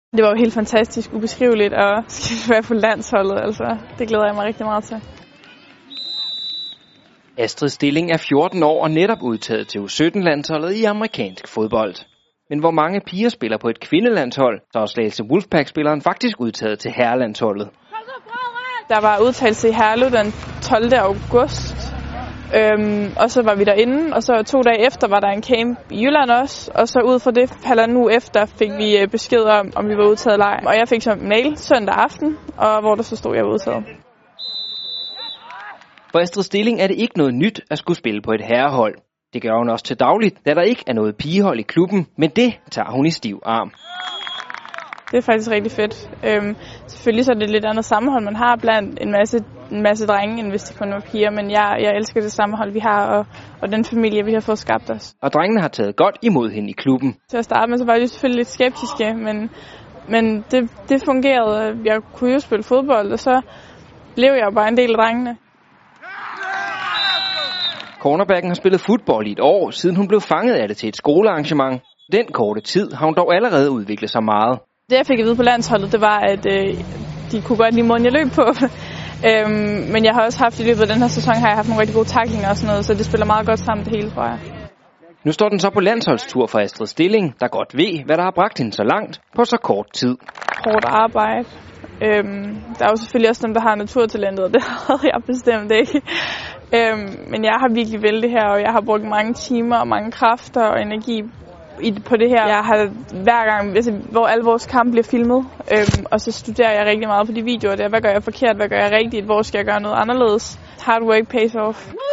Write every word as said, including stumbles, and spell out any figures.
Det var jo helt fantastisk, ubeskriveligt at være på landsholdet. Altså, det glæder jeg mig rigtig meget til. Astrid Stilling er fjorten år og netop udtaget til U sytten-landsholdet i amerikansk fodbold. Men hvor mange piger spiller på et kvindelandshold, så er Slagelse Wolfpack-spilleren faktisk udtaget til herrelandsholdet. Der var udtagelse i Herlev den tolvte august, øhm, og så var vi derinde, og så to dage efter var der en camp i Jylland også, og så ud fra det halvanden uge efter fik vi besked om, om vi var udtaget leg. Og jeg fik så en mail søndag aften, og hvor der så stod, jeg var udtaget. For Astrid Stilling er det ikke noget nyt at skulle spille på et herrehold. Det gør hun også til dagligt, da der ikke er noget pigehold i klubben, men det tager hun i stiv arm. Det er faktisk rigtig fedt. Øhm, selvfølgelig så er det et lidt andet sammenhold, man har blandt en masse, en masse drenge, end hvis det kun var piger. Men jeg, jeg elsker det sammenhold, vi har, og, og den familie, vi har fået skabt os. Og drengene har taget godt imod hende i klubben. Til at starte med, så var de selvfølgelig lidt skeptiske, men, men det, det fungerede. Jeg kunne jo spille fodbold, og så blev jeg jo bare en del af drengene. Cornerbacken har spillet fodbold i et år, siden hun blev fanget af det til et skolearrangement. Den korte tid har hun dog allerede udviklet sig meget. Det jeg fik at vide på landsholdet, det var, at øh, de kunne godt lide måden, jeg løb på. øhm, men jeg har også haft i løbet af den her sæson, har jeg haft nogle rigtig gode tacklinger og sådan noget, så det spiller meget godt sammen det hele, tror jeg. Nu står den så på landsholdstur for Astrid Stilling, der godt ved, hvad der har bragt hende så langt på så kort tid. Hårdt arbejde. Øhm, der er jo selvfølgelig også dem, der har naturtalentet, og det havde jeg bestemt ikke. Øhm, men jeg har virkelig vælget det her, og jeg har brugt mange timer og mange kræfter og energi i, på det her. Jeg har hver gang, altså, hvor alle vores kampe bliver filmet, øhm, og så studerer jeg rigtig meget på de videoer der. Hvad gør jeg forkert, hvad gør jeg rigtigt, hvor skal jeg gøre noget anderledes? Hard work pays off.